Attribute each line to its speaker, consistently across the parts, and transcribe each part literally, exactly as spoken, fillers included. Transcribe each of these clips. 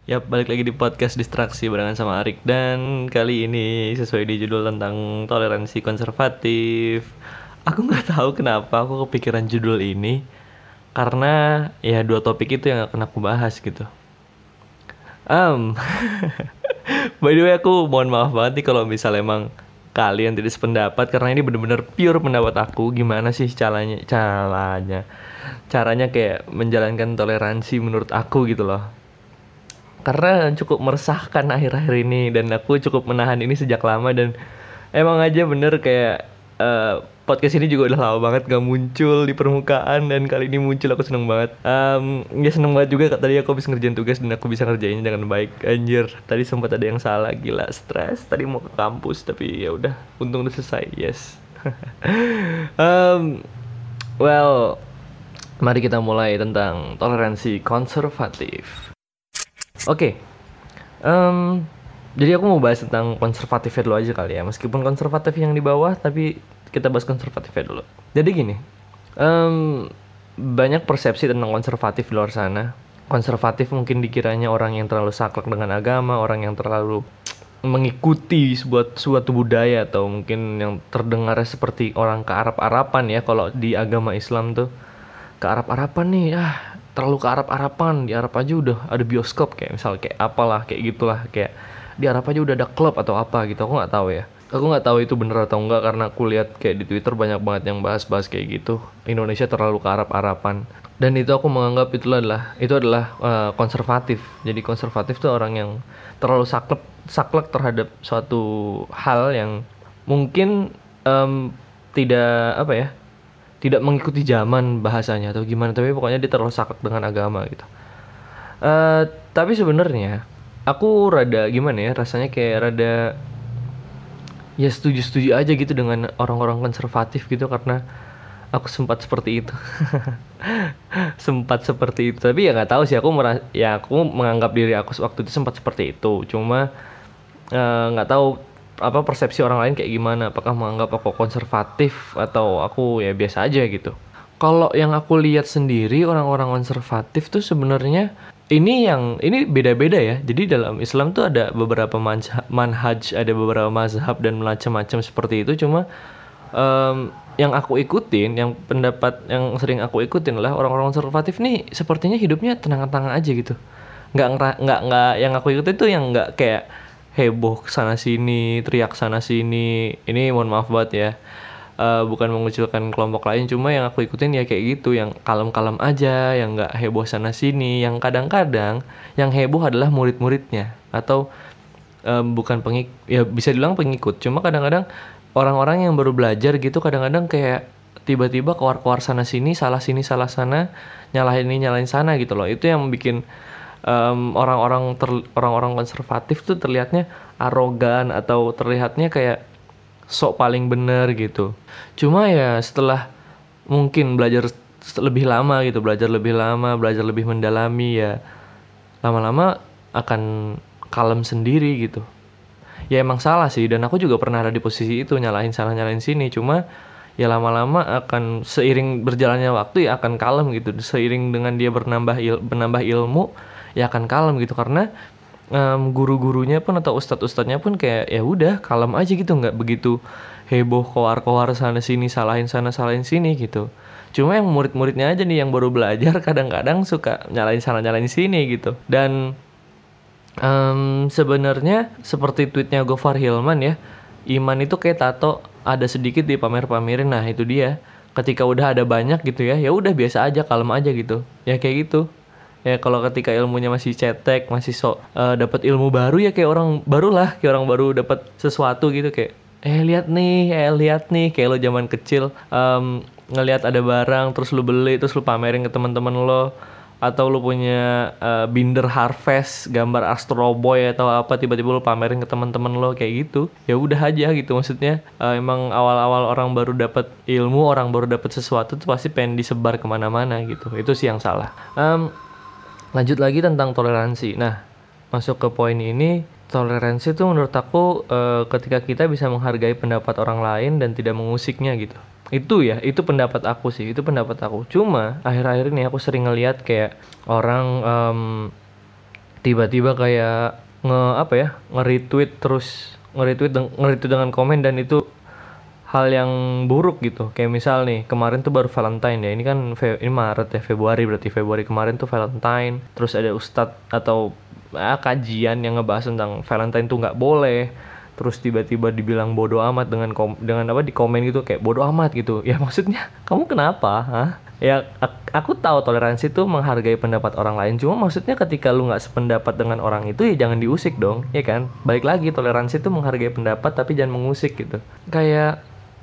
Speaker 1: Yap, balik lagi di podcast Distraksi barengan sama Arik. Dan kali ini sesuai di judul tentang toleransi konservatif. Aku nggak tahu kenapa aku kepikiran judul ini. Karena ya dua topik itu yang akan aku bahas gitu. Um, by the way aku mohon maaf banget nih kalau misalnya emang kalian tidak sependapat. Karena ini bener-bener pure pendapat aku. Gimana sih caranya, caranya, caranya kayak menjalankan toleransi menurut aku gitu loh. Karena cukup meresahkan akhir-akhir ini dan aku cukup menahan ini sejak lama dan emang aja bener kayak eh, podcast ini juga udah lama banget gak muncul di permukaan dan kali ini muncul aku seneng banget. Um, ya seneng banget juga tadi aku habis ngerjain tugas dan aku bisa ngerjainnya dengan baik. Anjir, tadi sempat ada yang salah, gila stres. Tadi mau ke kampus tapi ya udah, untung udah selesai. Yes. um, well, mari kita mulai tentang toleransi konservatif. Oke, em, jadi aku mau bahas tentang konservatifnya dulu aja kali ya. Meskipun konservatif yang di bawah, tapi kita bahas konservatifnya dulu. Jadi gini, em, banyak persepsi tentang konservatif di luar sana. Konservatif mungkin dikiranya orang yang terlalu saklek dengan agama, orang yang terlalu mengikuti sebuah suatu budaya, atau mungkin yang terdengarnya seperti orang ke Arab-Arapan ya. Kalau di agama Islam tuh ke Arab-Arapan nih, ah terlalu ke Arab-Arapan. Di Arab aja udah ada bioskop, kayak misal kayak apalah kayak gitulah, kayak di Arab aja udah ada klub atau apa gitu. Aku nggak tahu ya, aku nggak tahu itu bener atau enggak, karena aku lihat kayak di Twitter banyak banget yang bahas-bahas kayak gitu, Indonesia terlalu ke Arab-Arapan. Dan itu aku menganggap itu adalah itu adalah uh, konservatif. Jadi konservatif tuh orang yang terlalu saklek saklek terhadap suatu hal yang mungkin em, tidak apa ya, tidak mengikuti zaman bahasanya atau gimana, tapi pokoknya dia terlalu saklek dengan agama gitu. Eh tapi sebenarnya aku rada gimana ya, rasanya kayak rada ya setuju-setuju aja gitu dengan orang-orang konservatif gitu, karena aku sempat seperti itu. Sempat seperti itu, tapi ya nggak tahu sih, aku merasa, ya aku menganggap diri aku waktu itu sempat seperti itu. Cuma eh, nggak tahu apa persepsi orang lain kayak gimana, apakah menganggap aku konservatif atau aku ya biasa aja gitu. Kalau yang aku lihat sendiri, orang-orang konservatif tuh sebenarnya ini yang ini beda-beda ya. Jadi dalam Islam tuh ada beberapa manha- manhaj, ada beberapa mazhab dan macam-macam seperti itu. Cuma em, yang aku ikutin, yang pendapat yang sering aku ikutin adalah orang-orang konservatif nih sepertinya hidupnya tenang-tenang aja gitu. Nggak ngera- nggak nggak yang aku ikutin tuh yang nggak kayak heboh sana sini, teriak sana sini. Ini mohon maaf banget ya, Eh, bukan mengucilkan kelompok lain, cuma yang aku ikutin ya kayak gitu, yang kalem-kalem aja, yang nggak heboh sana sini. Yang kadang-kadang yang heboh adalah murid-muridnya, atau em, bukan pengikut, ya bisa dibilang pengikut, cuma kadang-kadang orang-orang yang baru belajar gitu, kadang-kadang kayak tiba-tiba keluar-keluar sana sini, salah sini salah sana, nyalahin ini nyalahin sana gitu loh. Itu yang bikin em, orang-orang ter- orang-orang konservatif tuh terlihatnya arogan atau terlihatnya kayak sok paling bener gitu. Cuma ya setelah mungkin belajar lebih lama gitu, belajar lebih lama, belajar lebih mendalami, ya lama-lama akan kalem sendiri gitu. Ya emang salah sih, dan aku juga pernah ada di posisi itu, nyalahin sana nyalahin sini. Cuma ya lama-lama akan seiring berjalannya waktu ya akan kalem gitu. Seiring dengan dia bernambah il- menambah ilmu ya akan kalem gitu, karena em, guru-gurunya pun atau ustadz-ustadznya pun kayak ya udah kalem aja gitu, nggak begitu heboh koar-koar sana sini, salahin sana salahin sini gitu. Cuma yang murid-muridnya aja nih yang baru belajar kadang-kadang suka nyalain sana nyalain sini gitu. Dan em, sebenarnya seperti tweetnya Gofar Hilman ya, iman itu kayak tato, ada sedikit dipamer-pamerin. Nah itu dia, ketika udah ada banyak gitu ya, ya udah biasa aja, kalem aja gitu, ya kayak gitu. Ya kalau ketika ilmunya masih cetek, masih sok eh, dapat ilmu baru, ya kayak orang baru lah, kayak orang baru dapat sesuatu gitu, kayak eh lihat nih, eh lihat nih, kayak lo zaman kecil em, ngelihat ada barang terus lu beli, terus lu pamerin ke teman-teman lo, atau lu punya eh, binder harvest gambar Astro Boy atau apa, tiba-tiba lu pamerin ke teman-teman lo kayak gitu. Ya udah aja gitu, maksudnya eh, emang awal-awal orang baru dapat ilmu, orang baru dapat sesuatu tuh pasti pengen disebar kemana-mana gitu. Itu sih yang salah. Em, Lanjut lagi tentang toleransi. Nah, masuk ke poin ini, toleransi itu menurut aku eh, ketika kita bisa menghargai pendapat orang lain dan tidak mengusiknya gitu. Itu ya, itu pendapat aku sih, itu pendapat aku. Cuma akhir-akhir ini aku sering ngeliat kayak orang em, tiba-tiba kayak nge apa ya, nge-retweet terus nge-retweet deng- nge-retweet dengan komen, dan itu hal yang buruk gitu. Kayak misal nih, kemarin tuh baru Valentine ya. Ini kan Fe- ini Maret ya, Februari berarti Februari kemarin tuh Valentine. Terus ada ustadz atau ah, kajian yang ngebahas tentang Valentine tuh nggak boleh. Terus tiba-tiba dibilang bodoh amat dengan kom- dengan apa di komen gitu, kayak bodoh amat gitu. Ya maksudnya kamu kenapa? Hah? Ya ak- aku tahu toleransi tuh menghargai pendapat orang lain. Cuma maksudnya ketika lu nggak sependapat dengan orang itu, ya jangan diusik dong, ya kan? Balik lagi, toleransi tuh menghargai pendapat tapi jangan mengusik gitu. Kayak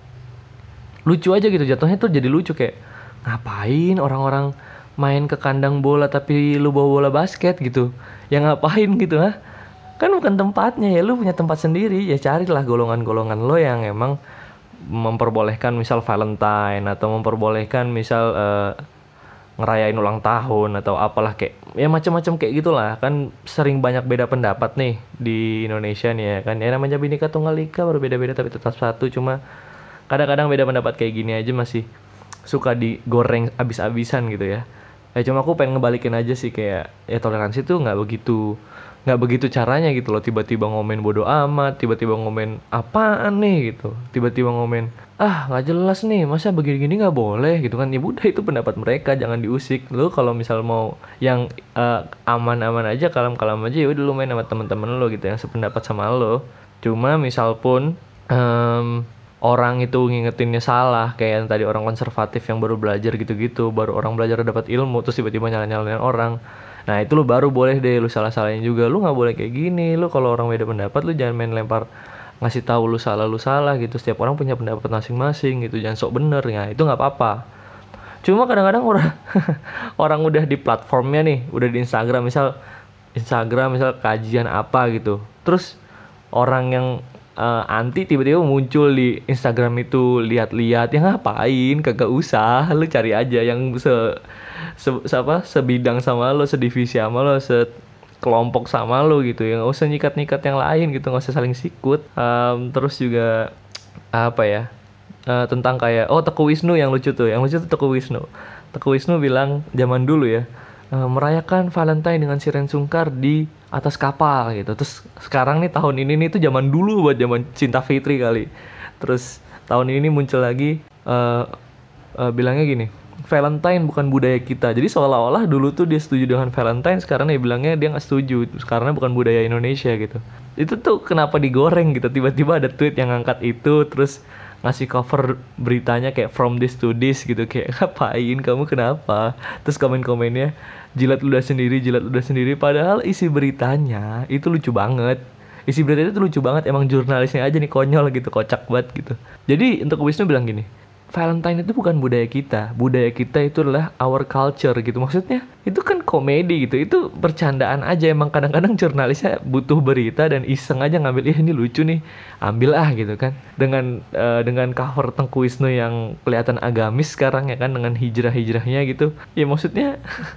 Speaker 1: lucu aja gitu jatuhnya, tuh jadi lucu kayak ngapain orang-orang main ke kandang bola tapi lu bawa bola basket gitu, ya ngapain gitu, ha? Kan bukan tempatnya, ya lu punya tempat sendiri, ya carilah golongan-golongan lo yang emang memperbolehkan misal Valentine, atau memperbolehkan misal eh, ngerayain ulang tahun atau apalah, kayak ya macam-macam kayak gitulah. Kan sering banyak beda pendapat nih di Indonesia nih, ya kan, ya namanya Bhinneka Tunggal Ika, berbeda-beda tapi tetap satu. Cuma kadang-kadang beda pendapat kayak gini aja masih suka digoreng abis-abisan gitu ya. Ya cuma aku pengen ngebalikin aja sih, kayak ya toleransi tuh nggak begitu nggak begitu caranya gitu loh. Tiba-tiba ngomen bodo amat, tiba-tiba ngomen apaan nih gitu, tiba-tiba ngomen ah nggak jelas nih, masa begini-gini nggak boleh gitu kan. Ya udah, itu pendapat mereka, jangan diusik. Lu kalau misal mau yang eh, aman-aman aja, kalem-kalem aja, ya udah lu main sama teman-teman lo gitu yang sependapat sama lo. Cuma misal pun em, orang itu ngingetinnya salah, kayak yang tadi orang konservatif yang baru belajar gitu-gitu, baru orang belajar dapat ilmu terus tiba-tiba nyala-nyalain orang. Nah itu lu baru boleh deh lu salah-salahin juga. Lu nggak boleh kayak gini. Lu kalau orang beda pendapat, lu jangan main lempar ngasih tahu lu salah lu salah gitu. Setiap orang punya pendapat masing-masing gitu, jangan sok bener ya, itu nggak apa-apa. Cuma kadang-kadang orang orang udah di platformnya nih, udah di Instagram misal, Instagram misal kajian apa gitu, terus orang yang eh, anti tiba-tiba muncul di Instagram itu, lihat-lihat, ya ngapain, kagak usah, lu cari aja yang se, se, se- apa sebidang sama lo, sedivisi sama lo, sekelompok sama lo gitu, ya nggak usah nyikat-nyikat yang lain gitu, nggak usah saling sikut. Em, terus juga apa ya, Eh, tentang kayak oh Teguh Wisnu, yang lucu tuh yang lucu tuh Teguh Wisnu Teguh Wisnu bilang zaman dulu ya, eh, merayakan Valentine dengan Siren Sungkar di atas kapal gitu. Terus sekarang nih tahun ini nih tuh zaman dulu, buat zaman Cinta Fitri kali. Terus tahun ini muncul lagi, eh, eh, bilangnya gini, Valentine bukan budaya kita. Jadi seolah-olah dulu tuh dia setuju dengan Valentine, sekarang dia bilangnya dia nggak setuju karena bukan budaya Indonesia gitu. Itu tuh kenapa digoreng gitu, tiba-tiba ada tweet yang ngangkat itu terus ngasih cover beritanya kayak from this to this gitu, kayak ngapain kamu, kenapa? Terus komen-komennya jilat ludah sendiri, jilat ludah sendiri, padahal isi beritanya itu lucu banget. Isi beritanya itu lucu banget, emang jurnalisnya aja nih konyol gitu, kocak banget gitu. Jadi untuk Wisnu bilang gini, Valentine itu bukan budaya kita. Budaya kita itu adalah our culture gitu. Maksudnya itu kan komedi gitu. Itu bercandaan aja. Emang kadang-kadang jurnalisnya butuh berita dan iseng aja ngambil, ih ini lucu nih, ambil ah gitu kan. Dengan eh, dengan cover Tengku Wisnu yang kelihatan agamis sekarang ya kan, dengan hijrah-hijrahnya gitu. Ya maksudnya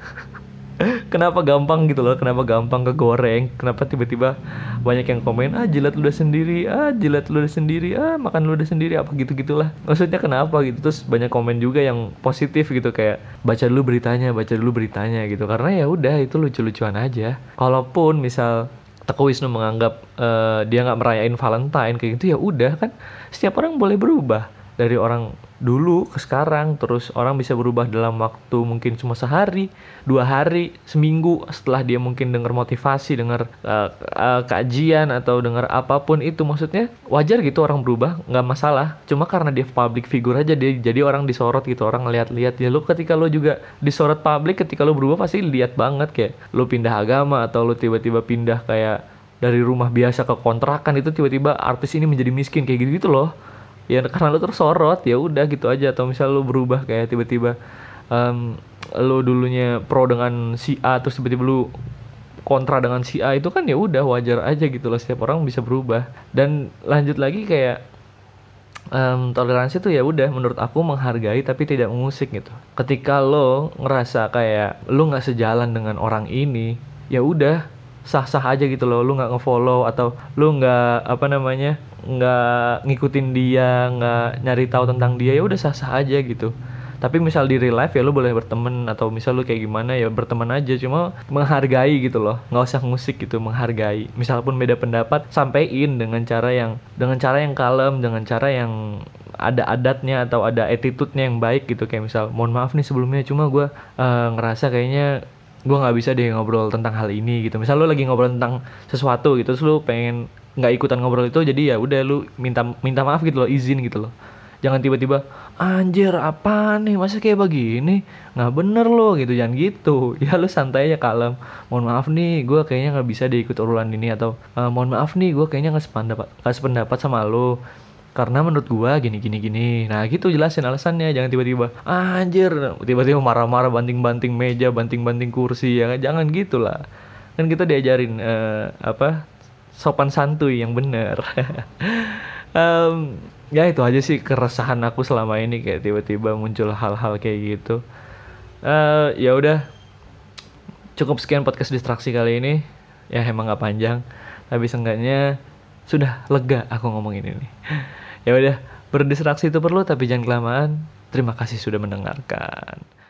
Speaker 1: kenapa gampang gitu loh, kenapa gampang kegoreng, kenapa tiba-tiba banyak yang komen ah jilat ludah sendiri, ah jilat ludah sendiri, ah makan ludah sendiri, apa gitu-gitulah. Maksudnya kenapa gitu. Terus banyak komen juga yang positif gitu, kayak baca dulu beritanya, baca dulu beritanya gitu. Karena ya udah, itu lucu-lucuan aja. Kalaupun misal Teguh Wisnu menganggap eh, dia nggak merayain Valentine kayak gitu, ya udah kan, setiap orang boleh berubah dari orang dulu ke sekarang. Terus orang bisa berubah dalam waktu mungkin cuma sehari, dua hari, seminggu, setelah dia mungkin dengar motivasi, dengar uh, uh, kajian atau dengar apapun itu. Maksudnya wajar gitu orang berubah, nggak masalah. Cuma karena dia public figure aja, dia jadi orang disorot gitu, orang ngeliat-liat ya. Lu ketika lu juga disorot public, ketika lu berubah pasti lihat banget, kayak lu pindah agama atau lu tiba-tiba pindah kayak dari rumah biasa ke kontrakan, itu tiba-tiba artis ini menjadi miskin kayak gitu-gitu loh. Ya karena lu tersorot, ya udah gitu aja. Atau misal lu berubah kayak tiba-tiba um, lu dulunya pro dengan si A terus tiba-tiba lu kontra dengan si A, itu kan ya udah wajar aja gitu loh, setiap orang bisa berubah. Dan lanjut lagi kayak um, toleransi tuh ya udah menurut aku menghargai tapi tidak mengusik gitu. Ketika lo ngerasa kayak lu nggak sejalan dengan orang ini, ya udah sah-sah aja gitu loh. Lu nggak ngefollow atau lu nggak apa namanya nggak ngikutin dia, nggak nyari tahu tentang dia, ya udah sah-sah aja gitu. Tapi misal di real life ya lu boleh berteman, atau misal lu kayak gimana ya berteman aja, cuma menghargai gitu loh, nggak usah musik gitu, menghargai. Misal pun beda pendapat, sampein dengan cara yang dengan cara yang kalem, dengan cara yang ada adatnya atau ada attitude-nya yang baik gitu. Kayak misal, mohon maaf nih sebelumnya, cuma gue uh, ngerasa kayaknya gue nggak bisa deh ngobrol tentang hal ini gitu. Misal lu lagi ngobrol tentang sesuatu gitu, terus lu pengen nggak ikutan ngobrol itu, jadi ya udah lu minta minta maaf gitu loh, izin gitu loh. Jangan tiba-tiba, anjir apa nih, masa kayak begini, nggak bener lo gitu, jangan gitu. Ya lu santai aja, kalem. Mohon maaf nih, gue kayaknya nggak bisa diikut obrolan ini, atau e, mohon maaf nih, gue kayaknya nggak sependapat, nggak sependapat sama lo, karena menurut gue gini gini gini. Nah gitu, jelasin alasannya. Jangan tiba-tiba, anjir, tiba-tiba marah-marah, banting-banting meja, banting-banting kursi, ya jangan gitulah. Kan kita diajarin uh, apa sopan santuy yang bener. um, Ya itu aja sih keresahan aku selama ini, kayak tiba-tiba muncul hal-hal kayak gitu. Uh, ya udah, cukup sekian podcast distraksi kali ini. Ya emang nggak panjang, tapi seenggaknya sudah lega aku ngomongin ini. Ya udah, berdistraksi itu perlu tapi jangan kelamaan. Terima kasih sudah mendengarkan.